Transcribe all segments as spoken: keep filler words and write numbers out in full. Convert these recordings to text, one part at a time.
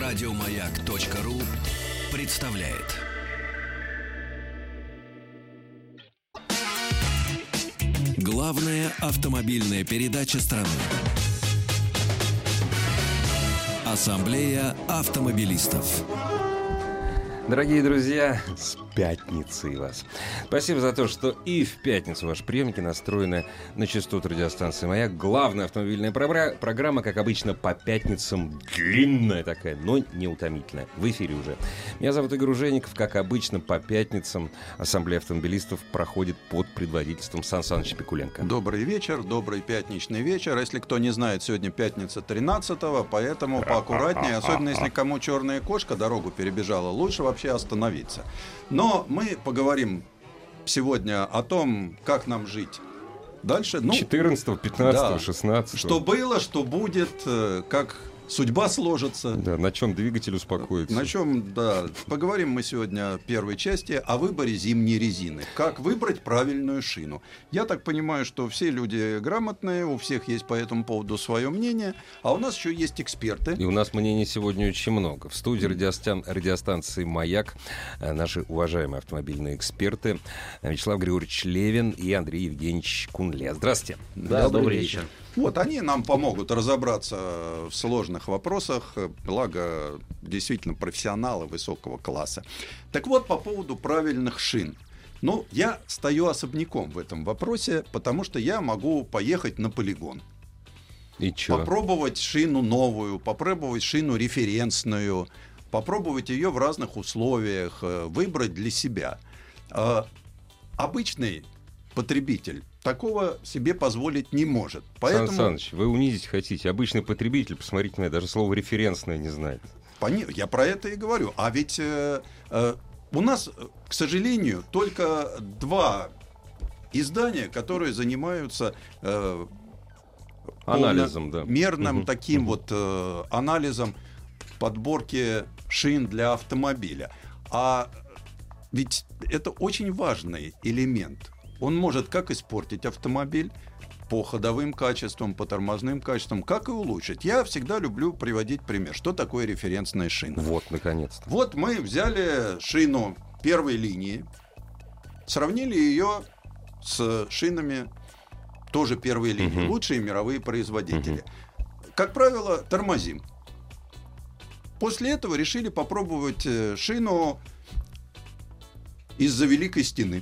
Радиомаяк.ру представляет. Главная автомобильная передача страны. Ассамблея автомобилистов. Дорогие друзья, с пятницей вас. Спасибо за то, что и в пятницу ваши приемники настроены на частоту радиостанции «Маяк». Главная автомобильная програ- программа, как обычно, по пятницам. Длинная такая, но неутомительная. В эфире уже. Меня зовут Игорь Ужеников. Как обычно, по пятницам Ассамблея автомобилистов проходит под предводительством Сан Саныча Пикуленко. Добрый вечер, добрый пятничный вечер. Если кто не знает, сегодня пятница тринадцатого, поэтому поаккуратнее, особенно если кому черная кошка дорогу перебежала, лучше вообще остановиться. Но мы поговорим сегодня о том, как нам жить дальше. Ну, четырнадцатого, пятнадцатого, да, шестнадцатого. Что было, что будет, как судьба сложится. Да, на чем двигатель успокоится. На чем, да. Поговорим мы сегодня в первой части о выборе зимней резины. Как выбрать правильную шину. Я так понимаю, что все люди грамотные, у всех есть по этому поводу свое мнение, а у нас еще есть эксперты. И у нас мнений сегодня очень много. В студии радиостан- радиостанции «Маяк» наши уважаемые автомобильные эксперты Вячеслав Григорьевич Левин и Андрей Евгеньевич Кунле. Здравствуйте. Да, добрый, добрый вечер. вечер. Вот они нам помогут разобраться в сложных вопросах, благо действительно профессионалы высокого класса. Так вот, по поводу правильных шин. Ну, я стою особняком в этом вопросе, потому что я могу поехать на полигон. И чё? Попробовать шину новую, попробовать шину референсную, попробовать ее в разных условиях, выбрать для себя. Обычный потребитель такого себе позволить не может. Поэтому... Сан Саныч, вы унизить хотите. Обычный потребитель, посмотрите на меня, даже слово «референсное» не знает. Пони... Я про это и говорю. А ведь э, э, у нас, к сожалению, только два издания, которые занимаются э, анализом, да. мерным угу. таким угу. вот э, анализом подборки шин для автомобиля. А ведь это очень важный элемент. Он может как испортить автомобиль по ходовым качествам, по тормозным качествам, как и улучшить. Я всегда люблю приводить пример. Что такое референсная шина? Вот, наконец-то. Вот мы взяли шину первой линии, сравнили ее с шинами тоже первой линии. Uh-huh. Лучшие мировые производители. Uh-huh. Как правило, тормозим. После этого решили попробовать шину из-за Великой Стены.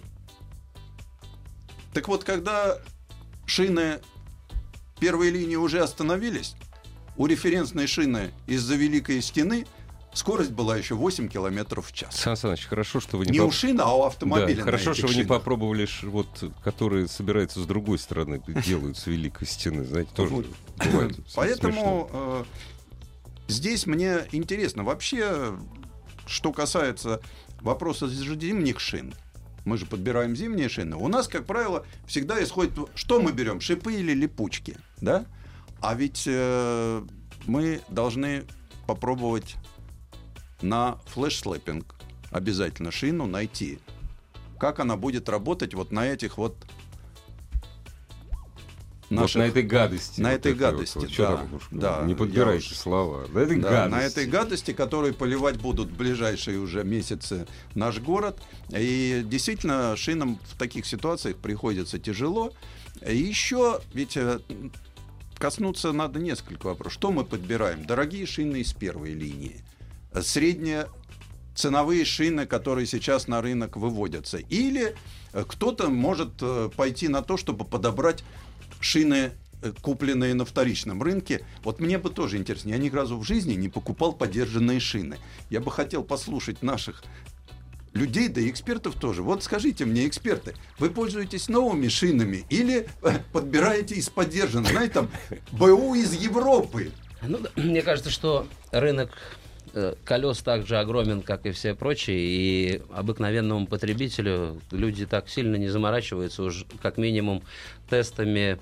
Так вот, когда шины первой линии уже остановились, у референсной шины из-за Великой Стены скорость была еще восемь километров в час. Сан Саныч, хорошо, что вы не... Не поп... у шины, а у автомобиля. Да, хорошо, что вы шинах. не попробовали, вот, которые собираются с другой стороны, делают с Великой Стены. Знаете, тоже вот. бывает. Поэтому э, здесь мне интересно. Вообще, что касается вопроса зимних шин, мы же подбираем зимние шины. У нас, как правило, всегда исходит... Что мы берем? Шипы или липучки? Да? А ведь э, мы должны попробовать на флеш-слэппинг обязательно шину найти. Как она будет работать вот на этих вот... Наших, вот на этой гадости. На вот этой гадости, вот, да, там, да. Не подбирайте уж... слова. На этой, да, гадости. на этой гадости, которые поливать будут в ближайшие уже месяцы наш город. И действительно, шинам в таких ситуациях приходится тяжело. И еще, ведь коснуться надо несколько вопросов. Что мы подбираем? Дорогие шины из первой линии. Средние ценовые шины, которые сейчас на рынок выводятся. Или кто-то может пойти на то, чтобы подобрать шины, купленные на вторичном рынке. Вот мне бы тоже интересно. Я ни разу в жизни не покупал подержанные шины. Я бы хотел послушать наших людей, да и экспертов тоже. Вот скажите мне, эксперты, вы пользуетесь новыми шинами или подбираете из подержанных? Знаете, там, БУ из Европы. Ну, мне кажется, что рынок колес так же огромен, как и все прочие, и обыкновенному потребителю люди так сильно не заморачиваются, уж как минимум тестами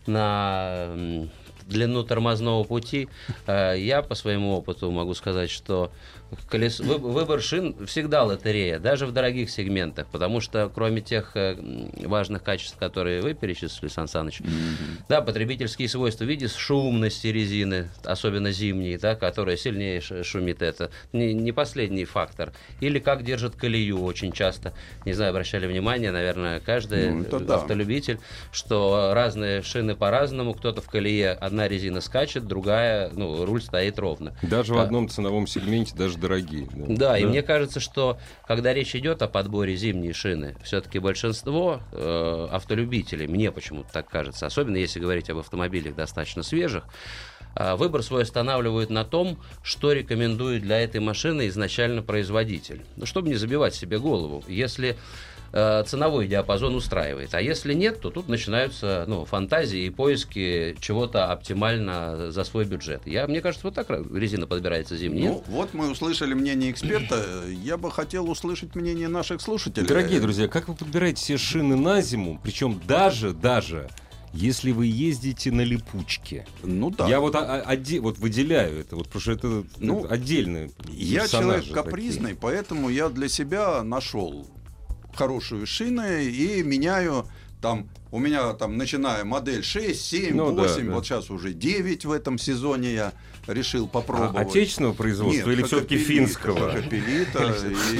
на длину тормозного пути, я по своему опыту могу сказать, что колес... выбор шин всегда лотерея, даже в дорогих сегментах, потому что кроме тех важных качеств, которые вы перечислили, Сан Саныч, mm-hmm. да, потребительские свойства в виде шумности резины, особенно зимней, да, которая сильнее шумит, это не, не последний фактор. Или как держит колею очень часто. Не знаю, обращали внимание, наверное, каждый ну, автолюбитель, да. что разные шины по-разному, кто-то в колее, одна резина скачет, другая, ну, руль стоит ровно. Даже а, в одном ценовом сегменте, даже дорогие. Да, да, да, и мне кажется, что когда речь идет о подборе зимней шины, все-таки большинство э, автолюбителей, мне почему-то так кажется, особенно если говорить об автомобилях достаточно свежих, э, выбор свой останавливают на том, что рекомендует для этой машины изначально производитель. Ну, чтобы не забивать себе голову. Если ценовой диапазон устраивает. А если нет, то тут начинаются ну, фантазии и поиски чего-то оптимально за свой бюджет. Я, мне кажется, вот так резина подбирается зимняя. Ну, вот мы услышали мнение эксперта. Я бы хотел услышать мнение наших слушателей. Дорогие друзья, как вы подбираете все шины на зиму? Причем даже, даже если вы ездите на липучке. Ну да. Я вот, а, оде, вот выделяю это, вот, потому что это, ну, это отдельные Я человек капризный, такие. Поэтому я для себя нашел хорошие шины и меняю там, у меня там, начиная модель шесть, семь, ну, восемь, да, да. вот сейчас уже девять в этом сезоне я решил попробовать. А, отечественного производства Нет, или все-таки финского? Хакапелита.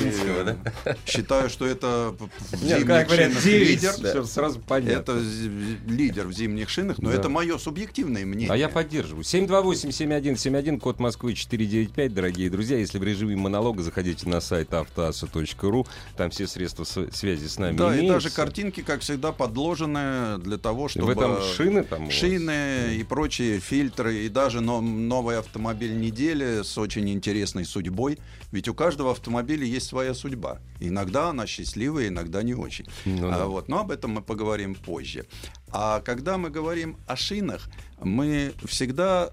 Считаю, что это в зимних шинах лидер. Сразу понятно. Это лидер в зимних шинах, но это мое субъективное мнение. А я поддерживаю. семь два восемь семь один семь один, код Москвы четыре девять пять, дорогие друзья. Если в режиме монолога, заходите на сайт автоаса точка ру, там все средства связи с нами Да, имеются. И даже картинки, как всегда, подложены для того, чтобы... В этом шины там Шины и прочие фильтры, и даже новая автомобиль недели с очень интересной судьбой. Ведь у каждого автомобиля есть своя судьба. Иногда она счастливая, иногда не очень. Ну, да. а, вот, но об этом мы поговорим позже. А когда мы говорим о шинах, мы всегда...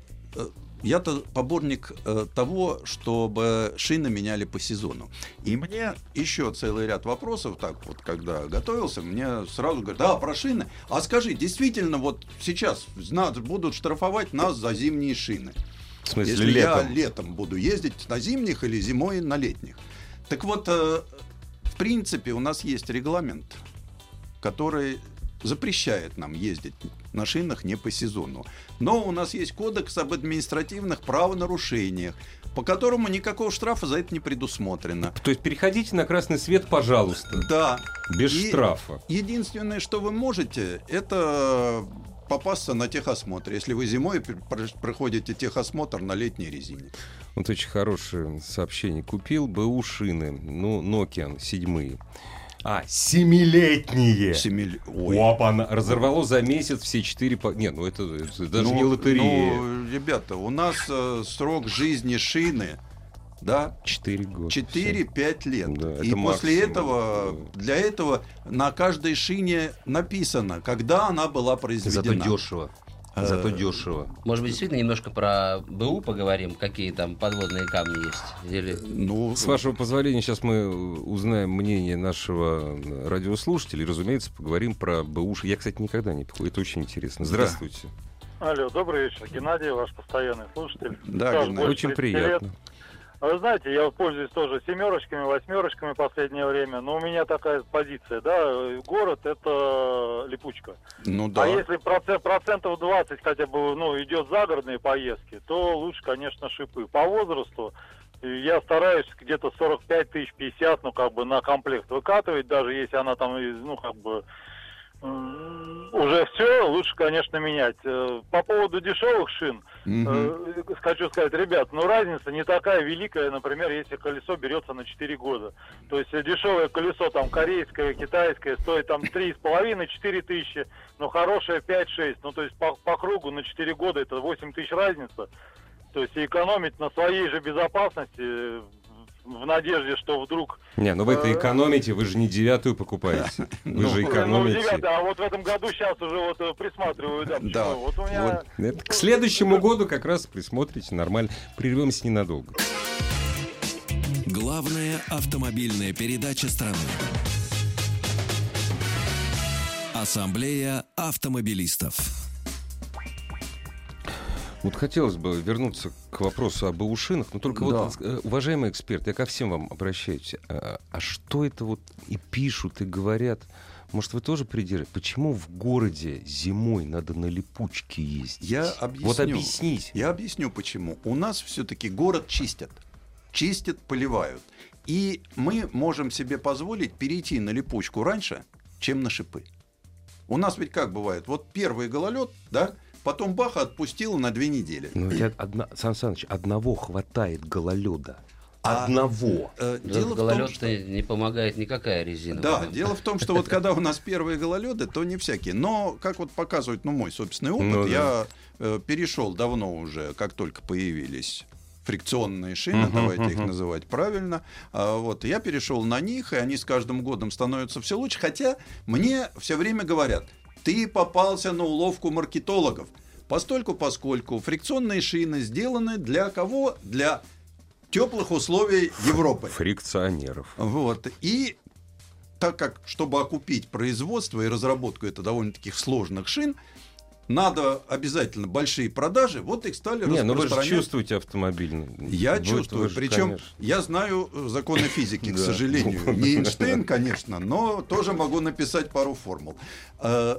Я-то поборник э, того, чтобы шины меняли по сезону. И мне еще целый ряд вопросов, так вот, когда готовился, мне сразу говорят, да, про шины. А скажи, действительно, вот сейчас нас будут штрафовать нас за зимние шины? В смысле, если летом? я летом буду ездить на зимних или зимой на летних. Так вот, э, в принципе, у нас есть регламент, который запрещает нам ездить на шинах не по сезону. Но у нас есть кодекс об административных правонарушениях, по которому никакого штрафа за это не предусмотрено. То есть переходите на красный свет, пожалуйста. Да. Без И штрафа. Единственное, что вы можете, это попасться на техосмотр, если вы зимой проходите техосмотр на летней резине. Вот очень хорошее сообщение. Купил БУ шины, ну, Nokian седьмые. А, семилетние. Семил... Опа, разорвало за месяц все четыре... По... Нет, ну это, это даже ну, не лотерея. Ну, ребята, у нас э, срок жизни шины, да? Четыре года. Четыре-пять лет. Да, и после этого, для этого на каждой шине написано, когда она была произведена. Зато дешево. Зато дешево. Может быть, действительно немножко про БУ поговорим, какие там подводные камни есть? Или... Ну, с вашего позволения, сейчас мы узнаем мнение нашего радиослушателя и, разумеется, поговорим про БУ. Я, кстати, никогда не пил. Это очень интересно. Здравствуйте. Да. Алло, добрый вечер. Геннадий, ваш постоянный слушатель. Да, Геннадий. Очень приятно. Лет. Вы знаете, я пользуюсь тоже семерочками, восьмерочками в последнее время, но у меня такая позиция, да, город — это липучка. Ну да. А если процент, процентов двадцать хотя бы, ну, идет загородные поездки, то лучше, конечно, шипы. По возрасту я стараюсь где-то сорок пять тысяч, пятьдесят, ну, как бы на комплект выкатывать, даже если она там, ну, как бы... Уже все, лучше, конечно, менять. По поводу дешевых шин, mm-hmm. хочу сказать, ребят, ну разница не такая великая, например, если колесо берется на четыре года. То есть дешевое колесо, там, корейское, китайское, стоит там три с половиной - четыре тысячи, но хорошее пять-шесть. Ну, то есть по, по кругу на четыре года это восемь тысяч разница. То есть экономить на своей же безопасности... в надежде, что вдруг... Не, ну вы-то экономите, вы же не девятую покупаете. Вы же экономите. Ну, девятую, а вот в этом году сейчас уже вот присматриваю, да, почему? Да. Вот у меня... Вот. Это к следующему году как раз присмотрите нормально. Прервемся ненадолго. Главная автомобильная передача страны. Ассамблея автомобилистов. Вот хотелось бы вернуться к вопросу об бэушинах, но только Да. вот, э, уважаемый эксперт, я ко всем вам обращаюсь. А, а что это вот и пишут, и говорят? Может, вы тоже придерживаетесь? Почему в городе зимой надо на липучке ездить? Я объясню. Вот объясните. Я объясню, почему. У нас все-таки город чистят. Чистят, поливают. И мы можем себе позволить перейти на липучку раньше, чем на шипы. У нас ведь как бывает? Вот первый гололед, да, потом бах, отпустило на две недели. Ну, ведь одна, Сан Саныч, одного хватает гололеда. А, Одного. Э, Да, дело в том, гололед что... не помогает никакая резина. Да, дело в том, что вот когда у нас первые гололеды, то не всякие. Но, как вот показывает ну, мой собственный опыт, Ну да. я э, перешел давно уже, как только появились фрикционные шины, Мгм, давайте их мгм. называть правильно. А, вот, я перешел на них, и они с каждым годом становятся все лучше. Хотя мне все время говорят, ты попался на уловку маркетологов. Постольку, поскольку фрикционные шины сделаны для кого? Для теплых условий Европы. Фрикционеров. Вот. И так как, чтобы окупить производство и разработку это довольно таких сложных шин, надо обязательно большие продажи, вот их стали Не, ну вы же распространять. чувствуете автомобильный. Я Вы- чувствую. вы же, Причем конечно. я знаю э, законы физики, к Да. сожалению. Не Эйнштейн, конечно, но тоже могу написать пару формул. Э,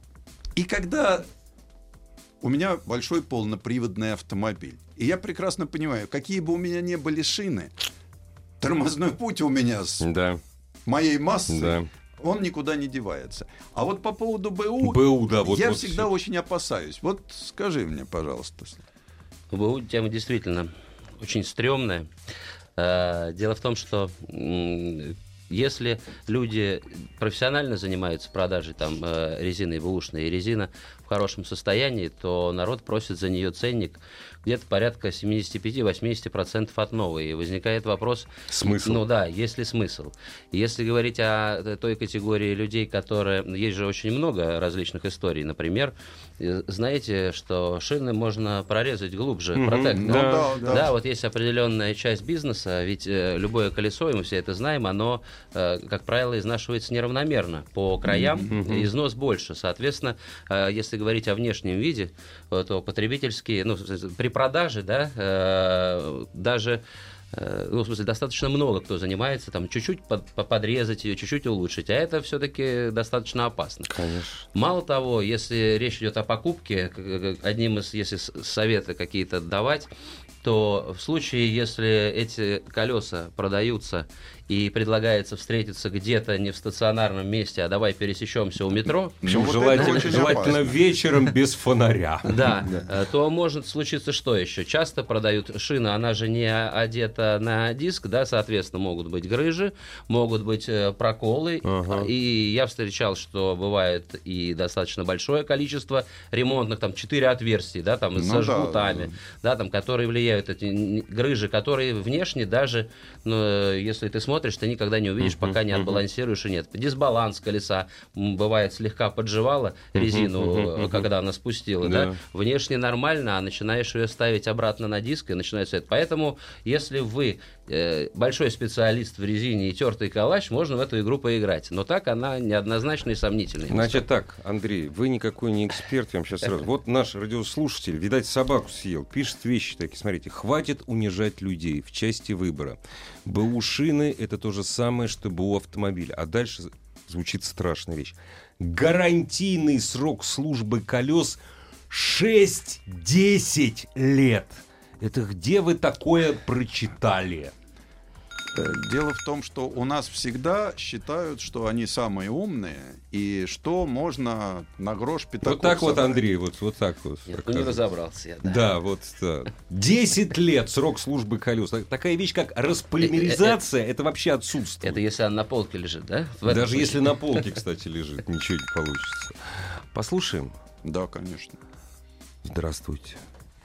И когда у меня большой полноприводный автомобиль, и я прекрасно понимаю, какие бы у меня ни были шины, тормозной путь у меня с Да, моей массой, да. он никуда не девается. А вот по поводу БУ, БУ, да, вот- я вот всегда всё. очень опасаюсь. Вот скажи мне, пожалуйста. БУ тема действительно очень стрёмная. Э, Дело в том, что м, если люди профессионально занимаются продажей там, э, резины бэушной, и резина в хорошем состоянии, то народ просит за нее ценник где-то порядка семьдесят пять - восемьдесят процентов от новой. И возникает вопрос... Смысл? Ну да, есть ли смысл? Если говорить о той категории людей, которые... Есть же очень много различных историй. Например, э, знаете, что шины можно прорезать глубже Мгм, протектором. да, да, да. Да, вот есть определенная часть бизнеса, ведь э, любое колесо, и мы все это знаем, оно, э, как правило, изнашивается неравномерно по краям, Мгм. износ больше. Соответственно, э, если говорить о внешнем виде, э, то потребительские, ну, в смысле, при продаже, да, э, даже э, ну, в смысле, достаточно много кто занимается, там, чуть-чуть под- по- подрезать ее, чуть-чуть улучшить, а это все-таки достаточно опасно. Конечно. Мало того, если речь идет о покупке, к- к- одним из, если с- советы какие-то давать, то в случае, если эти колеса продаются и предлагается встретиться где-то не в стационарном месте, а давай пересечемся у метро, Ну, Причем вот это желательно, очень желательно опасно. вечером без фонаря. да, э, то может случиться что еще? Часто продают шины, она же не одета на диск, да, соответственно, могут быть грыжи, могут быть э, проколы. Ага. И я встречал, что бывает и достаточно большое количество ремонтных, там, четыре отверстия, да, там, Ну со да, жгутами, да, там, которые влияют, эти н- грыжи, которые внешне даже, ну, если ты смотришь, ты никогда не увидишь, Мгм, пока не мгм. отбалансируешь и нет. Дисбаланс колеса, м, бывает, слегка подживала резину, мгм, э, мгм. когда она спустила, Да. да. Внешне нормально, а начинаешь ее ставить обратно на диск, и начинается это. Поэтому, если вы э, большой специалист в резине и тертый калач, можно в эту игру поиграть. Но так она неоднозначная и сомнительная. Значит так, Андрей, вы никакой не эксперт, я вам сейчас сразу. Вот наш радиослушатель, видать, собаку съел, пишет вещи такие. Смотрите, хватит унижать людей в части выбора. БУ шины — это то же самое, что БУ автомобиля. А дальше звучит страшная вещь. Гарантийный срок службы колес шесть-десять лет. Это где вы такое прочитали? Э, Дело в том, что у нас всегда считают, что они самые умные, и что можно на грош пятаков Вот так вот, собрать. Андрей, вот, вот так вот. Нет, ну не оказывается. разобрался я. Да. Да, вот да. десять лет срок службы колес. Так- Такая вещь, как располимеризация, это вообще отсутствует. Это если она на полке лежит, да? В этом Даже случае. если на полке, кстати, лежит, ничего не получится. Послушаем. Да, конечно. Здравствуйте.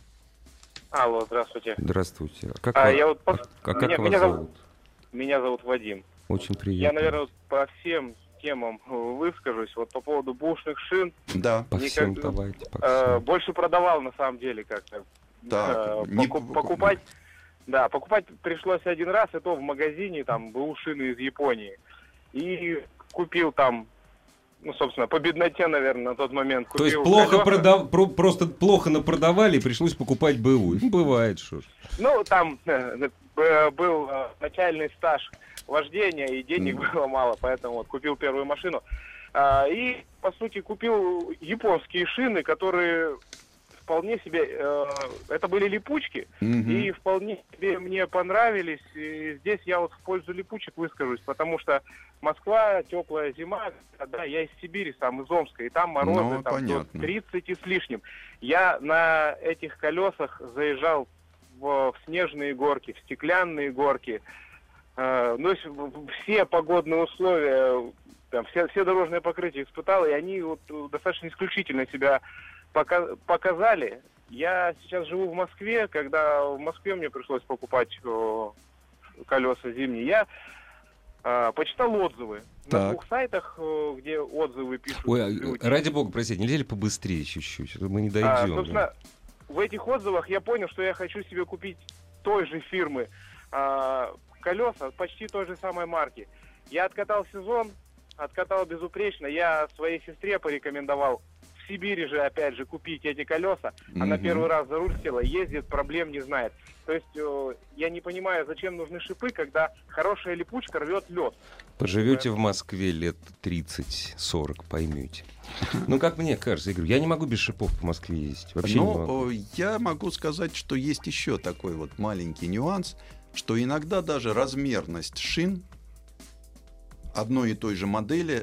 Алло, здравствуйте. Здравствуйте. А как, А, ва- я вот а- пос- а как меня- вас меня зовут- зовут? Меня зовут Вадим. Очень приятно. Я, наверное, вот по всем темам э, выскажусь. Вот по поводу бушных шин. Да. По никак- всем давайте, по э, всем. больше продавал, на самом деле, как-то. Так, Э, не поку- покуп- покупать... Да, покупать пришлось один раз, и то в магазине, там, БУ шины из Японии. И купил там ну, собственно, по бедноте, наверное, на тот момент купил. То есть плохо колеса. продав... про- просто плохо напродавали, и пришлось покупать БУ. Ну, бывает, что ж. Ну, там э, э, был э, начальный стаж вождения, и денег Mm. было мало, поэтому вот купил первую машину. А, и, по сути, купил японские шины, которые вполне себе... Э, это были липучки, Мгм. и вполне себе мне понравились. И здесь я вот в пользу липучек выскажусь, потому что Москва, теплая зима, да, я из Сибири, сам из Омска, и там морозы Ну, там, до понятно. тридцать и с лишним. Я на этих колесах заезжал в, в снежные горки, в стеклянные горки. Э, ну, то есть в- в- все погодные условия, там, все, все дорожные покрытия испытал, и они вот достаточно исключительно себя пока- показали. Я сейчас живу в Москве, когда в Москве мне пришлось покупать э, колеса зимние, я э, почитал отзывы. Так. На двух сайтах, э, где отзывы пишут Ой, а, люди. ради бога, простите, нельзя ли побыстрее чуть-чуть? А то мы не А, дойдем. собственно, в этих отзывах я понял, что я хочу себе купить той же фирмы а, колеса, почти той же самой марки. Я откатал сезон, откатал безупречно. Я своей сестре порекомендовал в Сибири же, опять же, купить эти колеса. Она Мгм. первый раз за руль села, ездит, проблем не знает. То есть э, я не понимаю, зачем нужны шипы, когда хорошая липучка рвет лед. Поживете в Москве лет тридцать-сорок, поймете. Ну, как мне кажется, я говорю, я не могу без шипов по Москве ездить. Вообще не могу. Ну, э, я могу сказать, что есть еще такой вот маленький нюанс, что иногда даже размерность шин одной и той же модели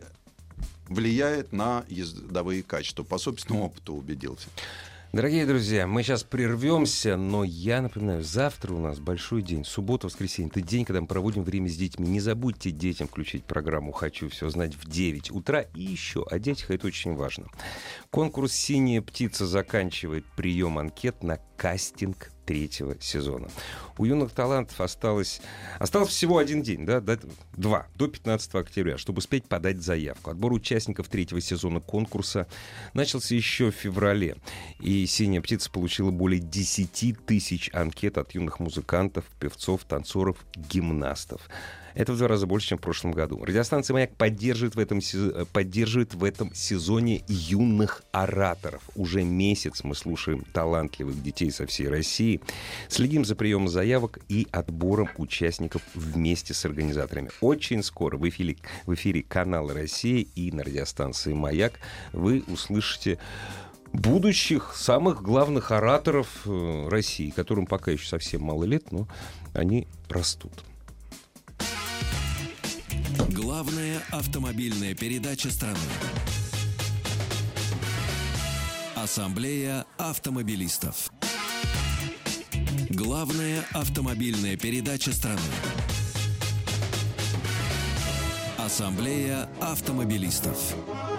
влияет на ездовые качества. По собственному опыту убедился. Дорогие друзья, мы сейчас прервемся, но я напоминаю, завтра у нас большой день, суббота, воскресенье. Это день, когда мы проводим время с детьми. Не забудьте детям включить программу «Хочу все знать» в девять утра. И еще о детях, это очень важно. Конкурс «Синяя птица» заканчивает прием анкет на кастинг третьего сезона. У юных талантов осталось, осталось всего один день, да, до, два, до пятнадцатого октября, чтобы успеть подать заявку. Отбор участников третьего сезона конкурса начался еще в феврале. И «Синяя птица» получила более десять тысяч анкет от юных музыкантов, певцов, танцоров, гимнастов. Это в два раза больше, чем в прошлом году. Радиостанция «Маяк» поддерживает в этом, сез- поддерживает в этом сезоне юных ораторов. Уже месяц мы слушаем талантливых детей со всей России, следим за приемом заявок и отбором участников вместе с организаторами. Очень скоро в эфире, в эфире канала «Россия» и на радиостанции «Маяк» вы услышите будущих самых главных ораторов э, России, которым пока еще совсем мало лет, но они растут. Главная автомобильная передача страны. Ассамблея автомобилистов. Главная автомобильная передача страны. Ассамблея автомобилистов.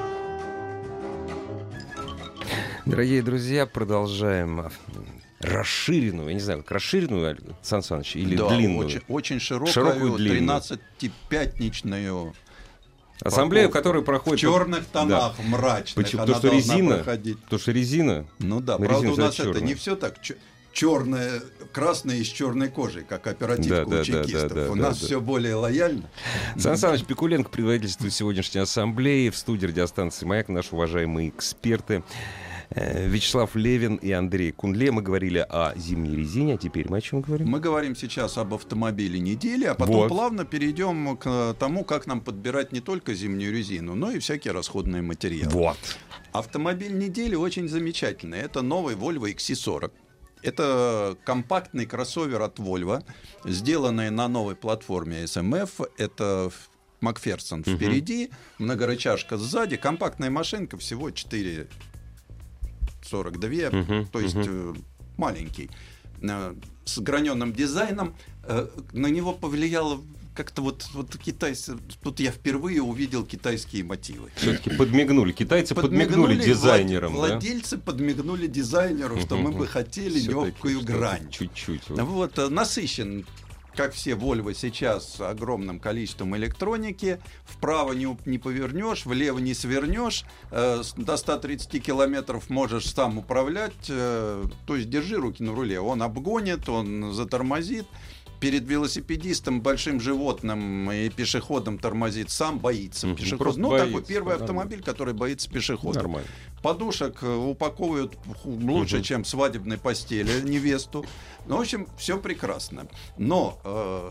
Дорогие друзья, продолжаем расширенную, я не знаю, как расширенную, Сан Саныч, или Да, длинную? Очень, очень широкую, Широкую, длинную. тринадцатипятничную Ассамблею, парковку. которая В проходит... черных тонах, мрачных. Почему? Она Потому что должна резина, проходить. потому что резина... Ну да, на правда, резине у нас всегда это чёрная. не все так черное, красное с черной кожей, как оперативка Да, у да, да, чекистов. да, да, у нас да. все более лояльно. Сан Саныч Пикуленко предводительствует сегодняшней ассамблеи. В студии радиостанции «Маяк» наши уважаемые эксперты э, Вячеслав Левин и Андрей Кундле. Мы говорили о зимней резине, а теперь мы о чем говорим? Мы говорим сейчас об автомобиле недели, а потом Вот. плавно перейдем к тому, как нам подбирать не только зимнюю резину, но и всякие расходные материалы. Вот. Автомобиль недели очень замечательный. Это новый Volvo икс си сорок. Это компактный кроссовер от Volvo, сделанный на новой платформе эс эм эф. Это Макферсон впереди, многорычажка сзади. Компактная машинка, всего четыре сорок два, Мгм, то есть э, маленький. Э, С граненым дизайном. Э, На него повлияло как-то вот, вот китайцы... Тут я впервые увидел китайские мотивы. Все-таки подмигнули. Китайцы подмигнули, Подмигнули дизайнерам. влад- да? Владельцы подмигнули дизайнеру, что мы бы хотели Всё-таки легкую что-то грань. Чуть-чуть. Вот, э, насыщен, как все Volvo сейчас, огромным количеством электроники. Вправо не, у- не повернешь, влево не свернешь. Э, с- до ста тридцати километров можешь сам управлять. э, то есть держи руки на руле. Он обгонит, он затормозит. перед велосипедистом, большим животным и пешеходом тормозит сам, боится Мгм, пешеход. просто Ну, боится, такой первый нормально. автомобиль, который боится пешехода. Нормально. Подушек э, упаковывают ху- лучше, Мгм. чем в свадебной постели невесту. Ну, в общем, все прекрасно. Но э,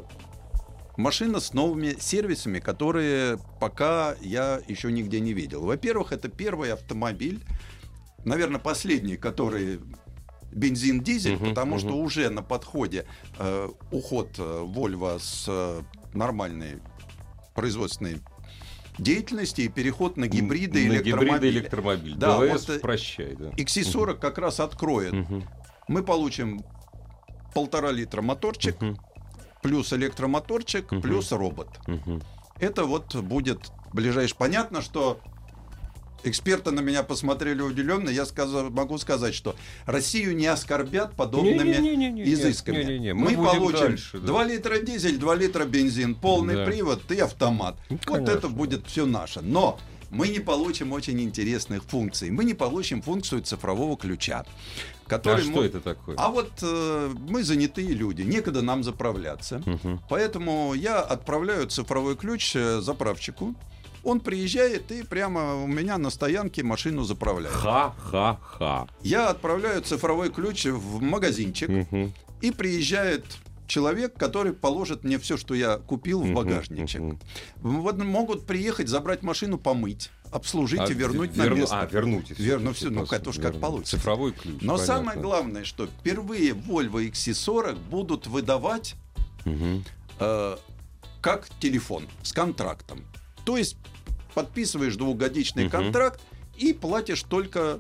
машина с новыми сервисами, которые пока я еще нигде не видел. Во-первых, это первый автомобиль, наверное, последний, который бензин-дизель, Мгм, потому мгм. что уже на подходе э, уход э, Volvo с э, нормальной производственной деятельности и переход на гибриды и На гибриды электромобили. электромобиль. Да, ДВС, вот, э, прощай, да. икс си сорок как раз откроет. Мгм, Мы получим полтора литра моторчик, мгм, плюс электромоторчик, Мгм. плюс робот. мгм. Это вот будет ближайшее. Понятно, что эксперты на меня посмотрели удивленно. Я сказал, могу сказать, что Россию не оскорбят подобными Не-не-не-не-не, изысками. не-не-не, мы Мы, будем получим дальше, да. два литра дизель, два литра бензин, полный Да. привод и автомат. Ну, вот конечно. это будет все наше. Но мы не получим очень интересных функций. Мы не получим функцию цифрового ключа. А Который что мо- это такое? А вот э, мы занятые люди, некогда нам заправляться. Мгм. Поэтому я отправляю цифровой ключ э, заправщику. Он приезжает и прямо у меня на стоянке машину заправляет. Ха-ха-ха. Я отправляю цифровой ключ в магазинчик, Мгм. и приезжает человек, который положит мне все, что я купил, в Мгм, багажничек. мгм. Вот могут приехать, забрать машину, помыть, обслужить А, и вернуть верну- на место. А, вернуть. если Верну всё-таки всё, ну, просто это уж как вернуть. получится. Цифровой ключ. Но понятно. самое главное, что впервые Volvo икс си сорок будут выдавать Мгм. э, как телефон с контрактом. То есть подписываешь двухгодичный Мгм. контракт и платишь только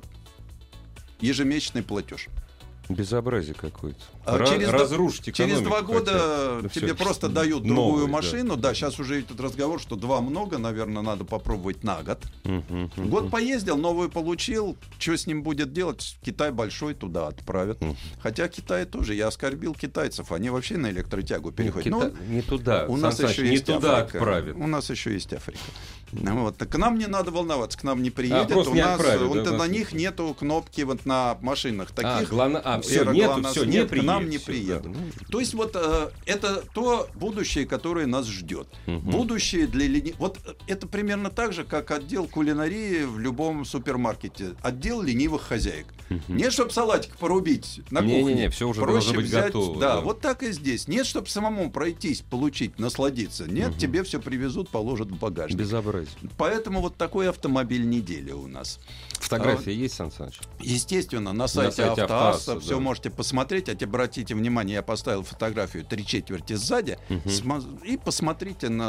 ежемесячный платеж. Безобразие какое-то. А Ра- через два- разрушить Через экономику два года хотят. Да тебе всё, просто м, дают новый, другую да. машину. Да, сейчас уже идет разговор, что два много, наверное, надо попробовать на год. Мгм, мгм. Год поездил, новую получил. Что с ним будет делать? Китай большой, туда отправят. Мгм. Хотя Китай тоже. Я оскорбил китайцев. Они вообще на электротягу переходят. Кита- Ну, Не туда. у Сан нас Саныч, еще не есть туда Африка. отправят. У нас еще есть Африка. Ну Вот. Так к нам не надо волноваться, к нам не приедет. просто у не нас отправят, вот да, на нас них не- нету кнопки вот на машинах А, таких. главное, а, все, Эра нету, ГЛОНАСС все, не нет, к приедет. нам не всё, приедут. да. Ну, То есть вот э, это то будущее, которое нас ждет. Мгм. Будущее для лени... Вот э, это примерно так же, как отдел кулинарии в любом супермаркете. Отдел ленивых хозяек. Мгм. Нет, чтобы салатик порубить на кухне. Не-не-не, всё уже Проще должно быть взять, готово, Да, да. вот так и здесь. Нет, чтобы самому пройтись, получить, насладиться. Нет, Мгм. тебе все привезут, положат в багажник. Безобразие. Поэтому вот такой автомобиль недели у нас. Фотография есть, Сан Саныч? Естественно, на сайте, сайте Автоасса Автоасса, все да. можете посмотреть. А обратите внимание, я поставил фотографию три четверти сзади. Мгм. Сма- И посмотрите на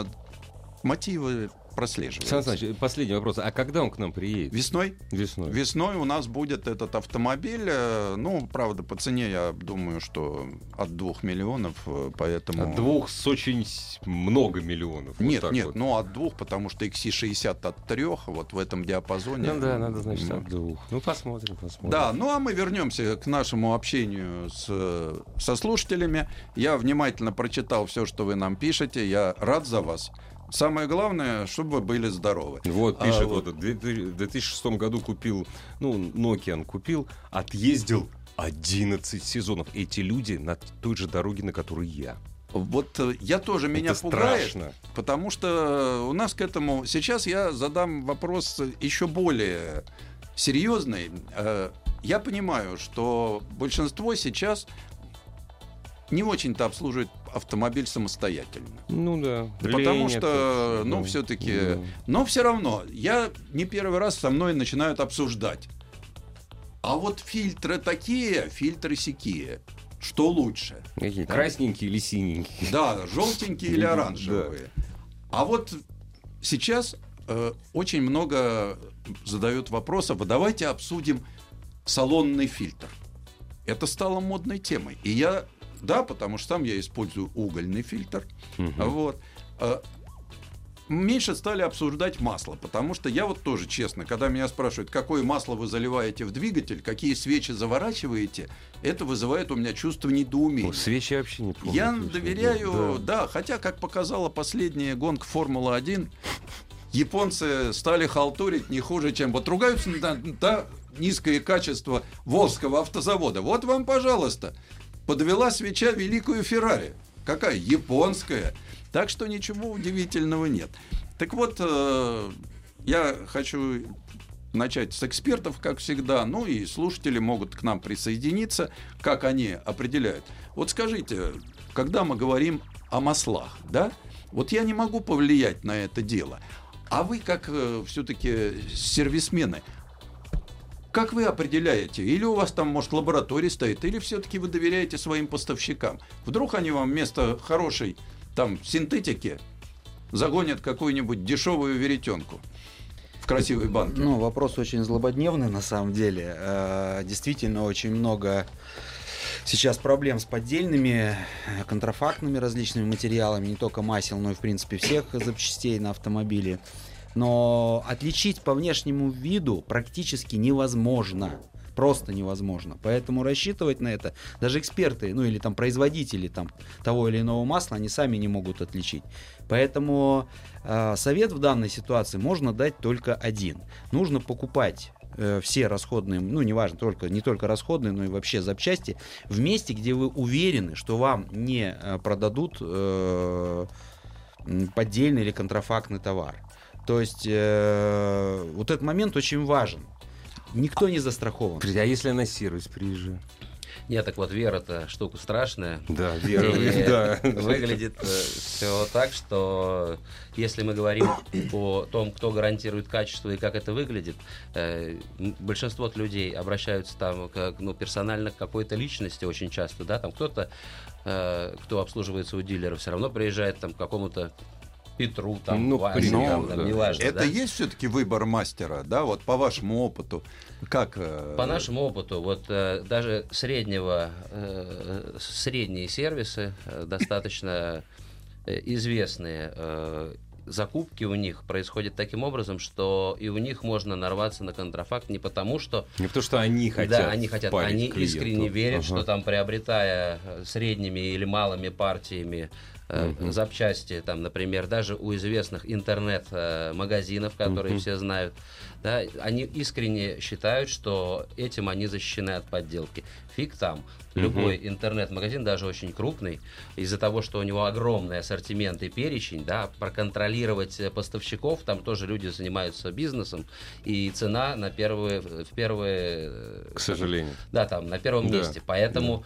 мотивы Сан прослеживаются. Саныч, последний вопрос. А когда он к нам приедет? Весной? Весной. Весной у нас будет этот автомобиль. э, Ну, правда, по цене я думаю, что от двух миллионов, э, поэтому... От двух с очень с- много миллионов. Вот Нет, так нет, вот. ну от двух, потому что икс си шестьдесят от трех, вот в этом диапазоне. Ну да, надо, значит, Ну, от двух. Ну, посмотрим, посмотрим. Да, ну а мы вернемся к нашему общению с, э, со слушателями. Я внимательно прочитал все, что вы нам пишете. Я рад за вас. Самое главное, чтобы вы были здоровы. Вот, А, пишет, вот. вот, в две тысячи шестом году купил, ну, Nokian купил, отъездил одиннадцать сезонов. Эти люди на той же дороге, на которой я. Вот э, я тоже, меня Это пугает, страшно. потому что у нас к этому... Сейчас я задам вопрос еще более серьезный. Э, Я понимаю, что большинство сейчас не очень-то обслуживает автомобиль самостоятельно. Ну да. Да потому Лень что, это, ну, да. все-таки... Да. Но все равно, я не первый раз со мной начинают обсуждать. А вот фильтры такие, фильтры сякие. Что лучше? Какие, красненькие или синенькие? Да, желтенькие или Да. оранжевые. А вот сейчас э, очень много задают вопросов. Давайте обсудим салонный фильтр. Это стало модной темой. И я, да, потому что сам я использую угольный фильтр. Мгм. Вот. Э, Меньше стали обсуждать масло, потому что я вот тоже честно, когда меня спрашивают, какое масло вы заливаете в двигатель, какие свечи заворачиваете, это вызывает у меня чувство недоумения. Ну, свечи я вообще не помню. Я точно. доверяю, Да. да, хотя, как показала последняя гонка Формулы один, японцы стали халтурить не хуже, чем... Вот ругаются на, на низкое качество Волжского автозавода. Вот вам, пожалуйста, подвела свеча великую Феррари. Какая? Японская. Так что ничего удивительного нет. Так вот, э, я хочу начать с экспертов, как всегда. Ну и слушатели могут к нам присоединиться, как они определяют. Вот скажите, когда мы говорим о маслах, да? Вот я не могу повлиять на это дело. А вы, как э, все-таки сервисмены, как вы определяете? Или у вас там, может, лаборатория стоит, или все-таки вы доверяете своим поставщикам? Вдруг они вам вместо хорошей там синтетики загонят какую-нибудь дешевую веретенку в красивой банке? Ну, вопрос очень злободневный, на самом деле. Э, действительно, очень много сейчас проблем с поддельными, контрафактными различными материалами, не только масел, но и, в принципе, всех запчастей на автомобиле. Но отличить по внешнему виду практически невозможно. Просто невозможно. Поэтому рассчитывать на это даже эксперты, ну или там производители там, того или иного масла, они сами не могут отличить. Поэтому э, совет в данной ситуации можно дать только один. Нужно покупать э, все расходные, ну неважно, только, не только расходные, но и вообще запчасти в месте, где вы уверены, что вам не э, продадут э, поддельный или контрафактный товар. То есть э, вот этот момент очень важен. Никто не застрахован. А если на сервис приезжаю? Нет, так вот, вера-то штука страшная. Да, вера, И да. Выглядит все так, что если мы говорим о том, кто гарантирует качество и как это выглядит, э, большинство людей обращаются там к, ну, персонально к какой-то личности очень часто, да, там кто-то, э, кто обслуживается у дилера, все равно приезжает там к какому-то Петру, там, ну, Васе, ну, там, там, да. неважно. Это да? есть все-таки выбор мастера, да, вот по вашему опыту, как? э, По нашему опыту, вот э, даже среднего, э, средние сервисы э, достаточно э, известные, э, закупки у них происходят таким образом, что и у них можно нарваться на контрафакт не потому, что... Не потому, что они хотят. Да, они хотят, впарить они клиенту. искренне верят, Ага. что там, приобретая средними или малыми партиями э, Мгм. запчасти, там, например, даже у известных интернет-магазинов, которые Мгм. все знают, да, они искренне считают, что этим они защищены от подделки. Фиг там. Любой интернет-магазин, даже очень крупный, из-за того, что у него огромный ассортимент и перечень, да, проконтролировать поставщиков, там тоже люди занимаются бизнесом, и цена на первые, в первые... К сожалению. Да, там, на первом Да. месте. Поэтому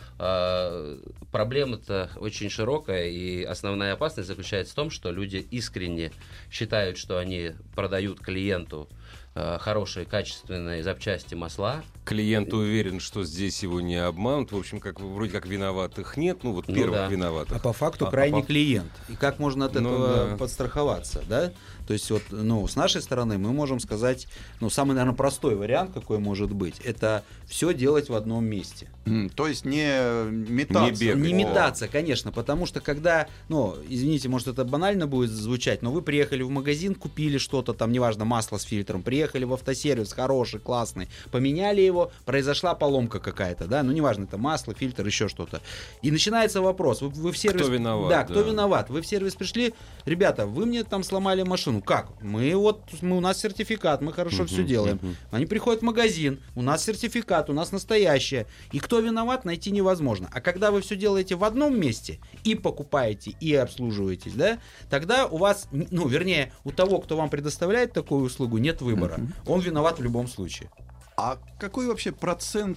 э, проблема-то очень широкая, и основная опасность заключается в том, что люди искренне считают, что они продают клиенту э, хорошие, качественные запчасти, масла. Клиент уверен, что здесь его не обманут. В общем, как вроде как виноватых нет. Ну, вот Ну первых да. виноватых. А по факту А- крайний а по- клиент. И как можно от Ну этого да. подстраховаться, да? То есть вот, ну, с нашей стороны мы можем сказать, ну, самый, наверное, простой вариант, какой может быть, это все делать в одном месте. м, То есть не метаться. Не бегать. Не О. метаться, конечно, потому что когда, ну, извините, может это банально будет звучать, но вы приехали в магазин, купили что-то там, неважно, масло с фильтром, приехали в автосервис, хороший, классный, поменяли его, произошла поломка какая-то, да, ну, неважно, это масло, фильтр, еще что-то. И начинается вопрос, вы, вы в сервис... Кто виноват, Да, кто да. виноват? Вы в сервис пришли, ребята, вы мне там сломали машину, как? Мы вот, мы, у нас сертификат, мы хорошо все делаем. Они приходят в магазин, у нас сертификат, у нас настоящее. И кто виноват, найти невозможно. А когда вы все делаете в одном месте и покупаете, и обслуживаетесь, да, тогда у вас, ну, вернее, у того, кто вам предоставляет такую услугу, нет выбора. Он виноват в любом случае. А какой вообще процент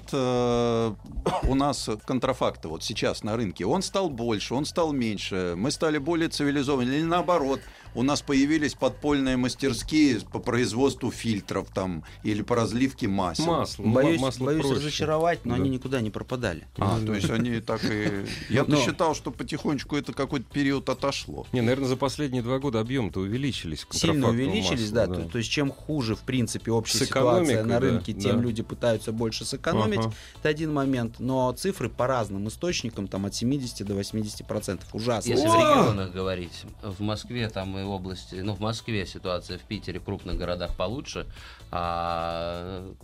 э, у нас контрафакта вот сейчас на рынке? Он стал больше, он стал меньше, мы стали более цивилизованными, или наоборот, у нас появились подпольные мастерские по производству фильтров там или по разливке масел. Масло. Ну, Боюсь, масло боюсь проще. разочаровать, но Да. они никуда не пропадали. А, то есть они так и... Я-то Но- считал, что потихонечку это какой-то период отошло. Не, наверное, за последние два года объем-то увеличились. Сильно контрафактного увеличились, масла, да, То, то есть чем хуже, в принципе, общая С ситуация экономикой, на да, рынке, тем да. люди пытаются больше сэкономить. Ага. Это один момент, но цифры по разным источникам, там от семидесяти до восьмидесяти процентов. Ужасно. Если О! в регионах говорить, в Москве там и области, ну, в Москве ситуация, в Питере, в крупных городах получше, а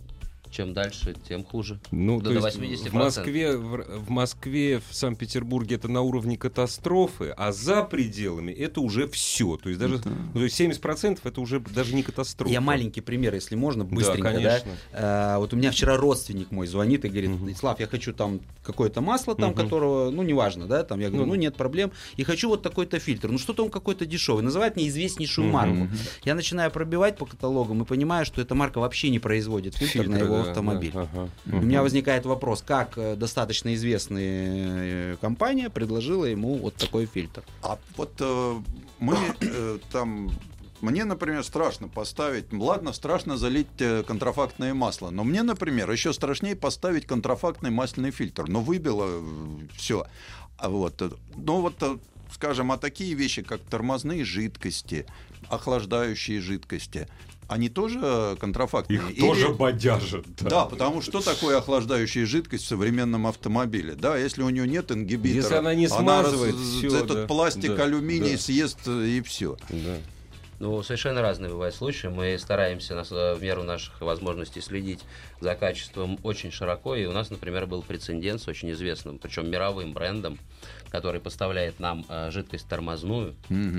чем дальше, тем хуже. Ну, до то есть восемьдесят в процентов. Москве, в, в Москве, в Санкт-Петербурге это на уровне катастрофы, а за пределами это уже все. То есть даже Да. ну, то есть семьдесят процентов это уже даже не катастрофа. Я маленький пример, если можно, быстренько, Да, да. конечно. А, вот у меня вчера родственник мой звонит и говорит: Мгм. Слав, я хочу там какое-то масло, там, Мгм. которого, ну, неважно, да, там, я говорю, Ну, ну, нет проблем, и хочу вот такой-то фильтр. Ну, что-то он какой-то дешевый, называет мне известнейшую Мгм. марку. Мгм. Я начинаю пробивать по каталогам и понимаю, что эта марка вообще не производит фильтр на Фильтры, его да, автомобиль. да, ага. У меня возникает вопрос, как э, достаточно известная э, компания предложила ему вот такой фильтр. А вот э, мы э, там... Мне, например, страшно поставить, ладно, страшно залить э, контрафактное масло, но мне, например, еще страшнее поставить контрафактный масляный фильтр. Но выбило все. А вот, э, ну вот, э, скажем, а такие вещи, как тормозные жидкости, охлаждающие жидкости, они тоже контрафактные? Их Или- тоже бодяжат. Да, потому что такое охлаждающая жидкость в современном автомобиле? Да, если у нее нет ингибитора, Если она не раз- смазывает всё, этот да, пластик, да, алюминий да. съест э, и все. Да. Ну, совершенно разные бывают случаи. Мы стараемся нас- в меру наших возможностей следить за качеством очень широко. И у нас, например, был прецедент с очень известным, причем мировым брендом, который поставляет нам э, жидкость тормозную.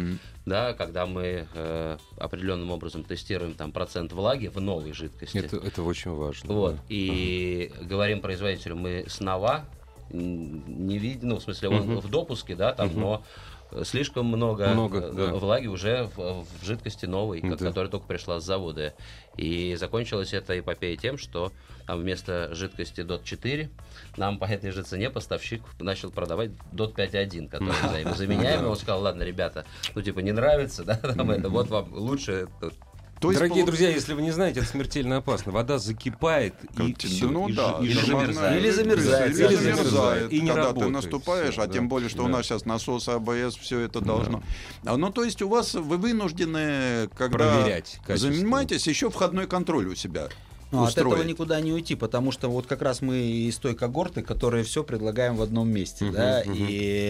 Да, когда мы э, определенным образом тестируем там процент влаги в новой жидкости. Это, это очень важно. Вот. да. И говорим производителю, мы снова м, не видим, ну, в смысле, он Мгм. в допуске, да, там, Мгм. но слишком много, Много, э, да. влаги уже в, в жидкости новой, ко- Да. которая только пришла с завода. И закончилась эта эпопея тем, что там вместо жидкости дот четыре нам по этой же цене поставщик начал продавать дот пять точка один, который мы заменяем. И он сказал: ладно, ребята, ну типа не нравится, да, там это, вот вам лучше. То есть, Дорогие полу- друзья, если вы не знаете, это смертельно опасно. Вода закипает и Как- все. ну и, да, жи- и или жи- замерзает. Или замерзает, Или или замерзает, замерзает, и не когда работает ты наступаешь, всё, а тем да, более, что да. у нас сейчас насосы АБС, все это должно. А, ну, то есть у вас вы вынуждены, когда Проверять качество. занимаетесь, еще входной контроль у себя Ну, от устроить. этого никуда не уйти, потому что вот как раз мы из той когорты, которые все предлагаем в одном месте, Мгм, да, мгм.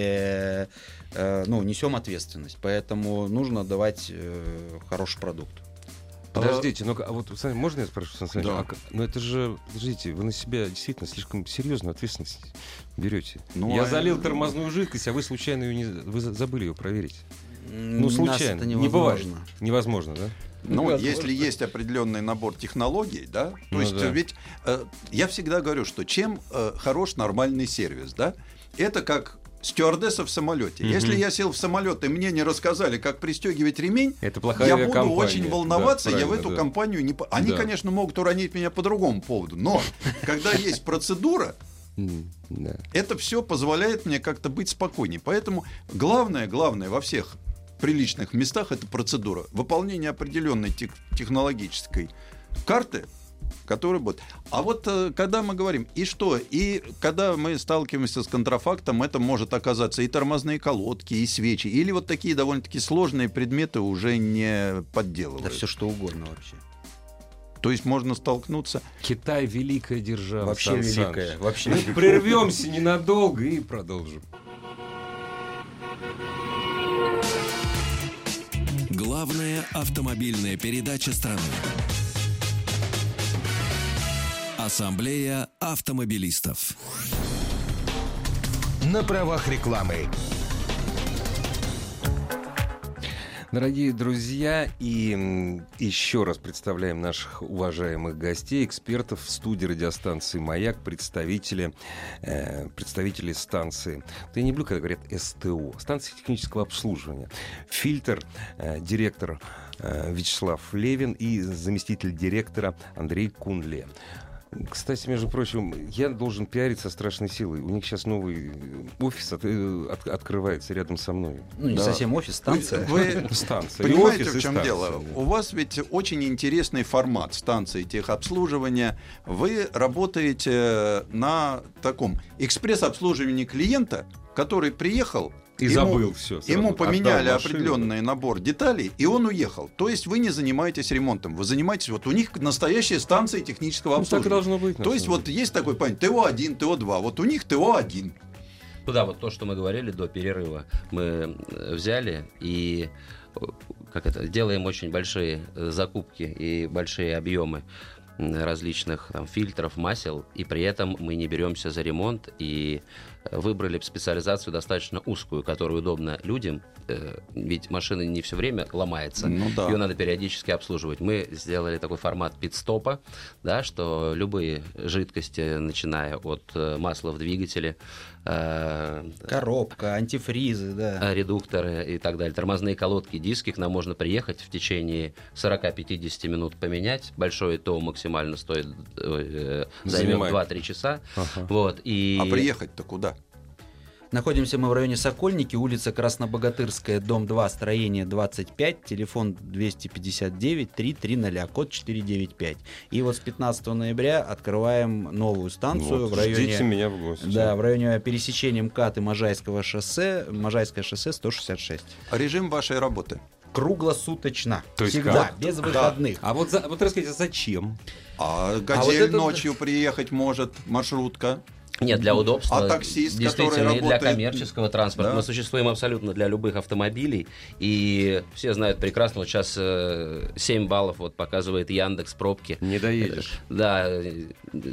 и э, ну, несем ответственность. Поэтому нужно давать э, хороший продукт. Подождите, ну а вот Сан- можно я спрошу, Сан Саныч, Да. а как- ну это же, подождите, вы на себя действительно слишком серьезную ответственность берете. Ну, я а- залил тормозную жидкость, а вы случайно ее не, вы за- забыли ее проверить. Ну У нас случайно, это не бывает, невозможно. невозможно, да? Ну, Невозможно. если есть определенный набор технологий, да, то Ну есть да. ведь э, я всегда говорю, что чем э, хорош нормальный сервис, да, это как стюардесса в самолете. Мгм. Если я сел в самолет и мне не рассказали, как пристегивать ремень, Это плохая я буду авиакомпания. очень волноваться, Да, я в правильно, эту да. компанию не... по- Они, Да. конечно, могут уронить меня по другому поводу, но когда есть процедура, М, да. это все позволяет мне как-то быть спокойнее. Поэтому главное, главное во всех приличных местах — это процедура. Выполнение определенной тех- технологической карты, которая будет. А вот э, когда мы говорим, и что? И когда мы сталкиваемся с контрафактом, это может оказаться и тормозные колодки, и свечи, или вот такие довольно-таки сложные предметы уже не подделывают. Да все что угодно вообще. То есть можно столкнуться... Китай великая держава. Вообще Сан великая. Саныч. Вообще Мы великая. прервемся ненадолго и продолжим. Главная автомобильная передача страны. Ассамблея автомобилистов. На правах рекламы. Дорогие друзья, и м, еще раз представляем наших уважаемых гостей, экспертов в студии радиостанции «Маяк», представители, э, представители станции. Да я не люблю, когда говорят СТО, станции технического обслуживания. Фильтр, э, директор э, Вячеслав Левин и заместитель директора Андрей Кунле. Кстати, между прочим, я должен пиарить со страшной силой. У них сейчас новый офис от- э, от- открывается рядом со мной. Ну, не Да. совсем офис, станция. Вы Станция. И понимаете, офис, в и чем станция, дело? да. У вас ведь очень интересный формат станции техобслуживания. Вы работаете на таком экспресс-обслуживании клиента, который приехал, И ему- забыл все. ему поменяли определенный набор деталей, и он уехал. То есть вы не занимаетесь ремонтом, вы занимаетесь... Вот у них настоящая станция технического Ну, так и обслуживания. должно быть. на То есть самом вот есть такой понятие ТО один, ТО два. Вот у них ТО один. Ну да, вот то, что мы говорили до перерыва, мы э, взяли и э, как это, делаем очень большие э, закупки и большие объемы различных там, фильтров, масел, и при этом мы не беремся за ремонт и выбрали специализацию достаточно узкую, которая удобна людям, э, ведь машина не все время ломается, Ну да. ее надо периодически обслуживать. Мы сделали такой формат пит-стопа, да, что любые жидкости, начиная от э, масла в двигателе, э, Коробка, антифризы, да. редукторы и так далее, тормозные колодки, диски, к нам можно приехать в течение сорок-пятьдесят минут поменять. Большое ТО максимально стоит, э, займет Занимает. два-три часа. Ага. Вот, и... А приехать-то куда? Находимся мы в районе Сокольники, улица Краснобогатырская, дом два, строение двадцать пять, телефон двести пятьдесят девять триста тридцать, код четыреста девяносто пять. И вот с пятнадцатого ноября открываем новую станцию Вот, в районе... ждите меня в гости. Да, в районе пересечения МКАД и Можайского шоссе, Можайское шоссе сто шестьдесят шесть. Режим вашей работы. Круглосуточно. То есть Всегда, как? без выходных. А вот, за- вот расскажите, зачем? А вот «Газель» это- ночью приехать может, маршрутка. Нет, для удобства. А таксист, действительно, который и для работает- коммерческого транспорта. Да. Мы существуем абсолютно для любых автомобилей. И все знают прекрасно, вот сейчас э, семь баллов вот показывает Яндекс пробки. Не доедешь. Да, э,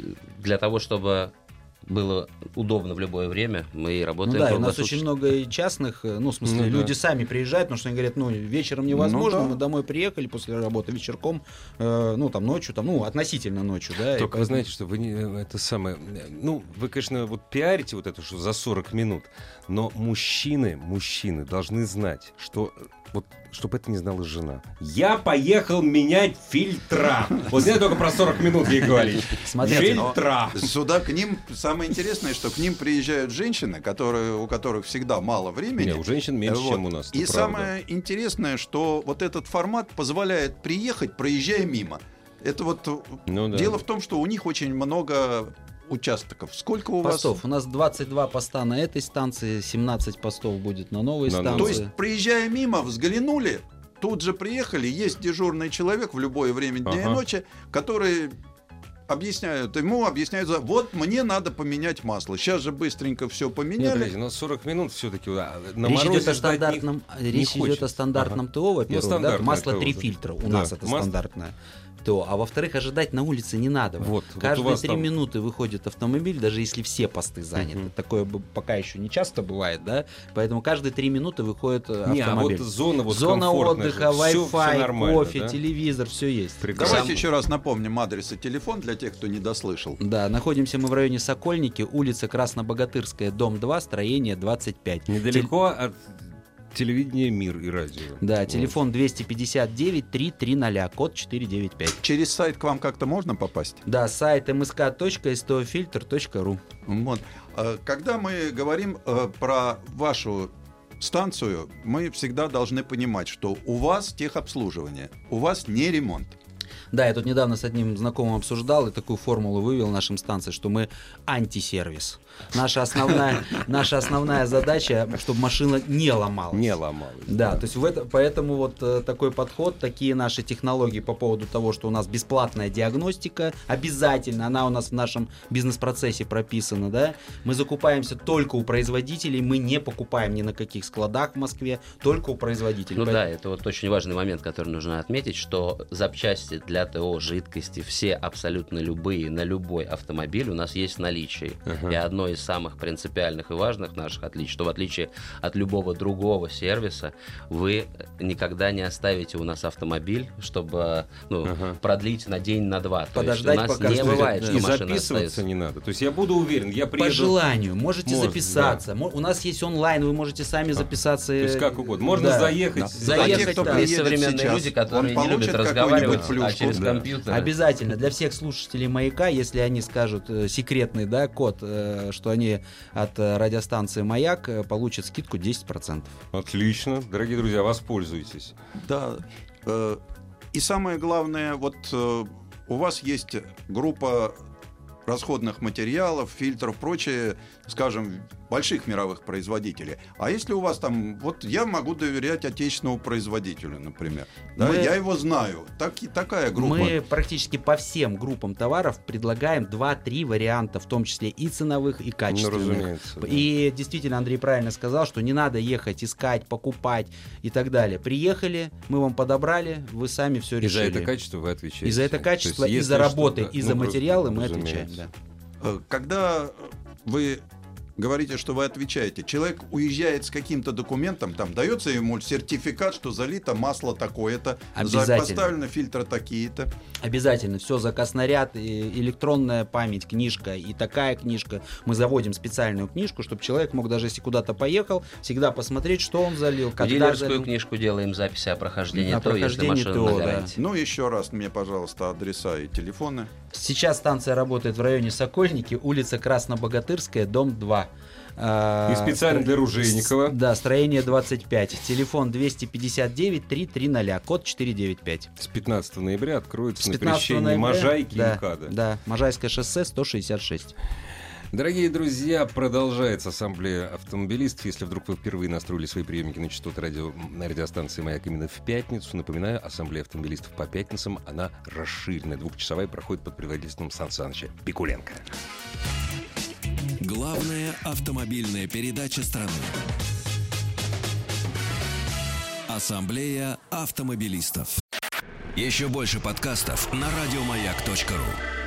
для того, чтобы было удобно в любое время, мы и Ну работаем да, и у нас круглосуточно. очень много и частных, э, ну, в смысле, Ну да. люди сами приезжают, потому что они говорят, ну, вечером невозможно, Ну да. мы домой приехали после работы вечерком, э, ну, там, ночью, там, ну, относительно ночью, да. и Только вы поэтому- знаете, что вы не это самое. Ну, вы, конечно, вот пиарите вот это, что за сорок минут, но мужчины, мужчины должны знать, что вот чтобы это не знала жена. Я поехал менять фильтра. Вот я только про сорок минут ей говорить. Смотрите, Фильтра. Сюда к ним, самое интересное, что к ним приезжают женщины, которые, у которых всегда мало времени. Не, у женщин меньше, Вот. чем у нас. И это правда. самое интересное, что вот этот формат позволяет приехать, проезжая мимо. Это вот Ну да. дело в том, что у них очень много участков. Сколько у постов. вас? У нас двадцать два поста на этой станции, семнадцать постов будет на новой На новой. станции. То есть, проезжая мимо, взглянули, тут же приехали, есть дежурный человек в любое время дня Ага. и ночи, который объясняют ему, объясняют, за- вот мне надо поменять масло. Сейчас же быстренько все Нет, поменяли. подождите, но сорок минут все-таки на Речь морозе идет о ждать не- стандартном, не речь идет хочется. о стандартном Ага. ТО, во-первых, да, стандартное масло ТО, три да. фильтра, у Да, нас это масло- стандартное ТО, а во-вторых, ожидать на улице не надо. Вот, вот у Каждые вас три там- минуты выходит автомобиль, даже если все посты заняты. Мгм. Такое б- пока еще не часто бывает, да, поэтому каждые три минуты выходит э, Не, а автомобиль. вот зона вот Зона комфортная отдыха, же. Всё- всё Wi-Fi, нормально, кофе, да? телевизор, все есть. Прекрасно. Давайте еще раз напомним адрес и телефон для тех, кто не дослышал. Да, находимся мы в районе Сокольники, улица Краснобогатырская, дом два, строение двадцать пять. Недалеко от телевидения «Мир» и радио. Да, Вот. телефон двести пятьдесят девять триста тридцать, код четыреста девяносто пять. Через сайт к вам как-то можно попасть? Да, сайт эм эс ка точка эс тэ о фильтр точка ру. Вот. А, Когда мы говорим э, про вашу станцию, мы всегда должны понимать, что у вас техобслуживание, у вас не ремонт. Да, я тут недавно с одним знакомым обсуждал и такую формулу вывел нашим станции, что мы антисервис. Наша основная, наша основная задача, чтобы машина не ломалась. Не ломалось. Да, то есть в это, поэтому вот э, такой подход, такие наши технологии по поводу того, что у нас бесплатная диагностика, обязательно, она у нас в нашем бизнес-процессе прописана, да, мы закупаемся только у производителей, мы не покупаем ни на каких складах в Москве, только у производителей. Ну Поэтому- да, это вот очень важный момент, который нужно отметить, что запчасти для ТО, жидкости, все абсолютно любые, на любой автомобиль у нас есть в наличии. Ага. И одно из самых принципиальных и важных наших отличий, что в отличие от любого другого сервиса, вы никогда не оставите у нас автомобиль, чтобы ну, Ага. продлить на день, на два. То Подождать, есть у нас пока не что- бывает, да. что И машина записываться остается. не надо. То есть я буду уверен, я По приеду... желанию, можете Можно, записаться. Мо- У нас есть онлайн, вы можете сами записаться. То есть как угодно. Можно Да. заехать. Да. Заехать, А те, кто да. Есть приедет современные сейчас, люди, которые он не любят получит разговаривать, какую-нибудь а плюшку. через Да. компьютер. Обязательно для всех слушателей «Маяка», если они скажут э, секретный, да, код, э, что они от э, радиостанции «Маяк», э, получат скидку десять процентов. Отлично. Дорогие друзья, воспользуйтесь. Да. э, И самое главное, вот э, у вас есть группа расходных материалов, фильтров, прочее, скажем, больших мировых производителей. А если у вас там, вот я могу доверять отечественному производителю, например, да, Мы- я его знаю, так, такая группа. Мы практически по всем группам товаров предлагаем два-три варианта, в том числе и ценовых, и Ну, качественных. разумеется. да. И действительно, Андрей правильно сказал, что не надо ехать, искать, покупать и так далее. Приехали, мы вам подобрали, вы сами все И за решили. это качество вы отвечаете. И за это То качество, есть, и если за работы, что-то- и за ну, материалы мы разумеется. отвечаем. Да. Э, Когда вы говорите, что вы отвечаете, человек уезжает с каким-то документом, там дается ему сертификат, что залито масло такое-то, за- Обязательно. поставлены фильтры такие-то. Обязательно все, заказ-снаряд, и электронная память, книжка и такая книжка. Мы заводим специальную книжку, чтобы человек мог, даже если куда-то поехал, всегда посмотреть, что он залил, В когда дилерскую залил. книжку делаем записи о прохождении О ТО, если прохождении машина ТО, на да. гарантии. Ну, еще раз мне, пожалуйста, адреса и телефоны. Сейчас станция работает в районе Сокольники, улица Краснобогатырская, дом два. А, И специально для Ружейникова. с- Да, строение двадцать пять. Телефон двести пятьдесят девять триста тридцать, код четыреста девяносто пять. С пятнадцатого ноября откроется С на 15 пересечении ноября, Можайки да, и МКАДа. Да, Можайское шоссе сто шестьдесят шесть. Дорогие друзья, продолжается ассамблея автомобилистов. Если вдруг вы впервые настроили свои приемники на частоты радио, на радиостанции «Маяк» именно в пятницу, напоминаю, ассамблея автомобилистов по пятницам, она расширенная, двухчасовая, проходит под предводительством Сан Саныча Пикуленко. Главная автомобильная передача страны. Ассамблея автомобилистов. Еще больше подкастов на радиомаяк точка ру.